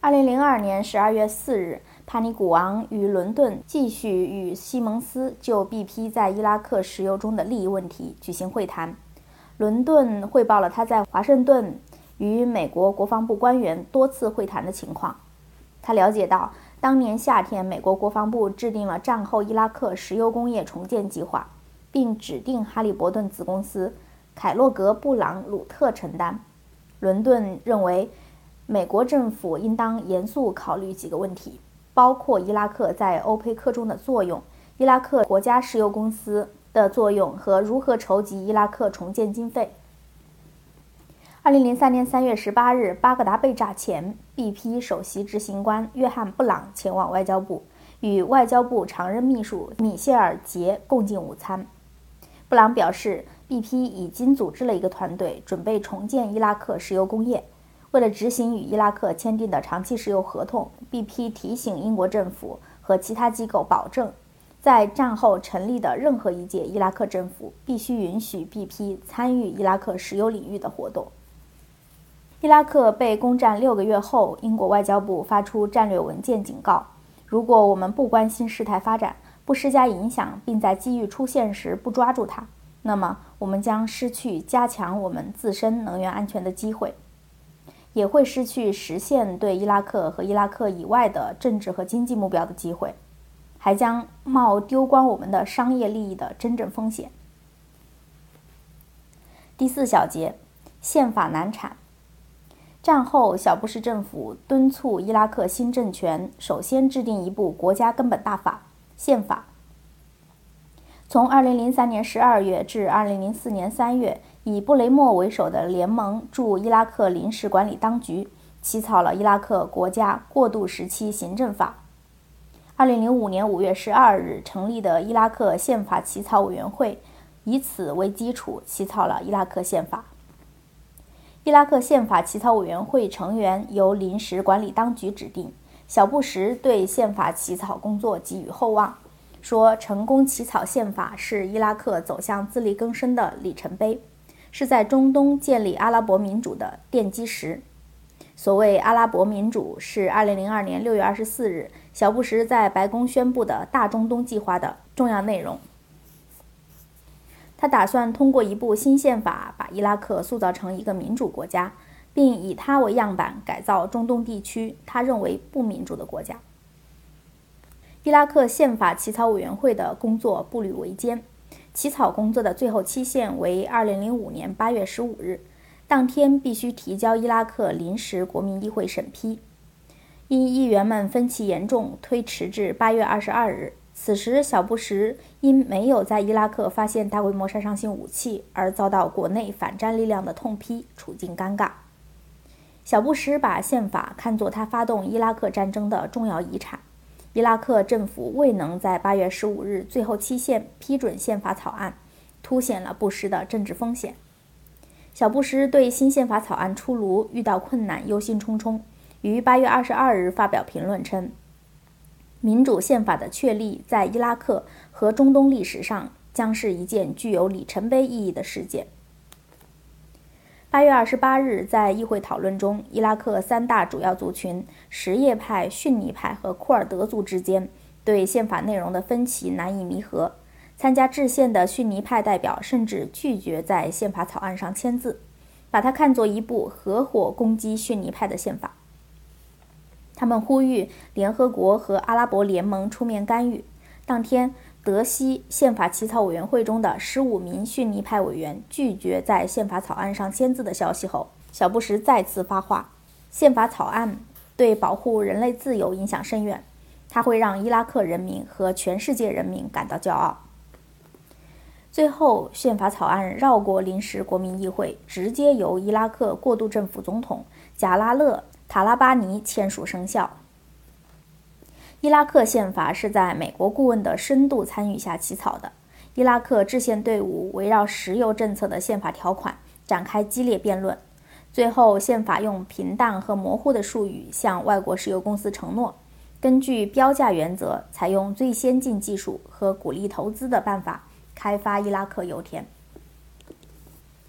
2002年12月4日，帕尼古昂于伦敦继续与西蒙斯就 BP 在伊拉克石油中的利益问题举行会谈。伦敦汇报了他在华盛顿与美国国防部官员多次会谈的情况。他了解到，当年夏天美国国防部制定了战后伊拉克石油工业重建计划，并指定哈利伯顿子公司凯洛格·布朗鲁特承担。伦敦认为美国政府应当严肃考虑几个问题，包括伊拉克在欧佩克中的作用、伊拉克国家石油公司的作用和如何筹集伊拉克重建经费。2003年3月18日，巴格达被炸前， BP 首席执行官约翰·布朗前往外交部，与外交部常任秘书米歇尔·杰共进午餐。布朗表示， BP 已经组织了一个团队，准备重建伊拉克石油工业。为了执行与伊拉克签订的长期石油合同， BP 提醒英国政府和其他机构保证，在战后成立的任何一届伊拉克政府必须允许 BP 参与伊拉克石油领域的活动。伊拉克被攻占6个月后，英国外交部发出战略文件警告，如果我们不关心事态发展，不施加影响，并在机遇出现时不抓住它，那么我们将失去加强我们自身能源安全的机会，也会失去实现对伊拉克和伊拉克以外的政治和经济目标的机会，还将冒丢光我们的商业利益的真正风险。第4小节，宪法难产。战后，小布什政府敦促伊拉克新政权首先制定一部国家根本大法——宪法。从2003年12月至2004年3月，以布雷默为首的联盟驻伊拉克临时管理当局起草了伊拉克国家过渡时期行政法。2005年5月12日成立的伊拉克宪法起草委员会以此为基础起草了伊拉克宪法。伊拉克宪法起草委员会成员由临时管理当局指定。小布什对宪法起草工作寄予厚望，说成功起草宪法是伊拉克走向自力更生的里程碑，是在中东建立阿拉伯民主的奠基石。所谓阿拉伯民主是2002年6月24日小布什在白宫宣布的大中东计划的重要内容。他打算通过一部新宪法把伊拉克塑造成一个民主国家，并以它为样板改造中东地区他认为不民主的国家。伊拉克宪法起草委员会的工作步履维艰，起草工作的最后期限为2005年8月15日，当天必须提交伊拉克临时国民议会审批。因议员们分歧严重，推迟至8月22日。此时，小布什因没有在伊拉克发现大规模杀伤性武器而遭到国内反战力量的痛批，处境尴尬。小布什把宪法看作他发动伊拉克战争的重要遗产。伊拉克政府未能在8月15日最后期限批准宪法草案，凸显了布什的政治风险。小布什对新宪法草案出炉遇到困难，忧心忡忡，于8月22日发表评论称，民主宪法的确立在伊拉克和中东历史上将是一件具有里程碑意义的事件。8月28日，在议会讨论中，伊拉克3大主要族群什叶派、逊尼派和库尔德族之间对宪法内容的分歧难以弥合。参加制宪的逊尼派代表甚至拒绝在宪法草案上签字，把它看作一部合伙攻击逊尼派的宪法。他们呼吁联合国和阿拉伯联盟出面干预。当天，德西宪法起草委员会中的15名逊尼派委员拒绝在宪法草案上签字的消息后，小布什再次发话：宪法草案对保护人类自由影响深远，它会让伊拉克人民和全世界人民感到骄傲。最后，宪法草案绕过临时国民议会，直接由伊拉克过渡政府总统贾拉勒·塔拉巴尼签署生效。伊拉克宪法是在美国顾问的深度参与下起草的。伊拉克制宪队伍围绕石油政策的宪法条款展开激烈辩论。最后，宪法用平淡和模糊的术语向外国石油公司承诺，根据标价原则，采用最先进技术和鼓励投资的办法开发伊拉克油田。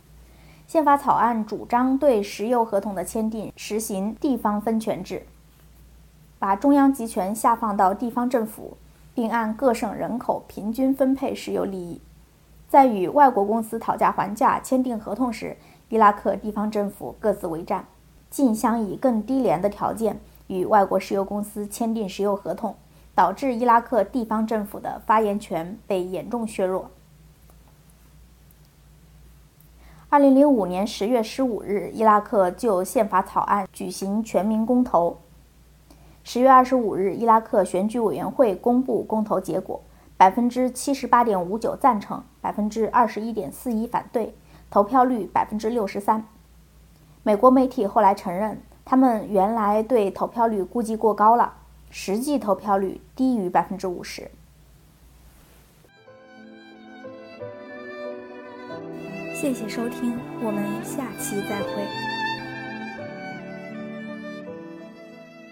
宪法草案主张对石油合同的签订实行地方分权制。 把中央集权下放到地方政府，并按各省人口平均分配石油利益。在与外国公司讨价还价签订合同时，伊拉克地方政府各自为战，竞相以更低廉的条件与外国石油公司签订石油合同，导致伊拉克地方政府的发言权被严重削弱。2005年10月15日，伊拉克就宪法草案举行全民公投。10月25日，伊拉克选举委员会公布公投结果，78.59%赞成，21.41%反对，投票率63%。美国媒体后来承认，他们原来对投票率估计过高了，实际投票率低于50%。谢谢收听，我们下期再会。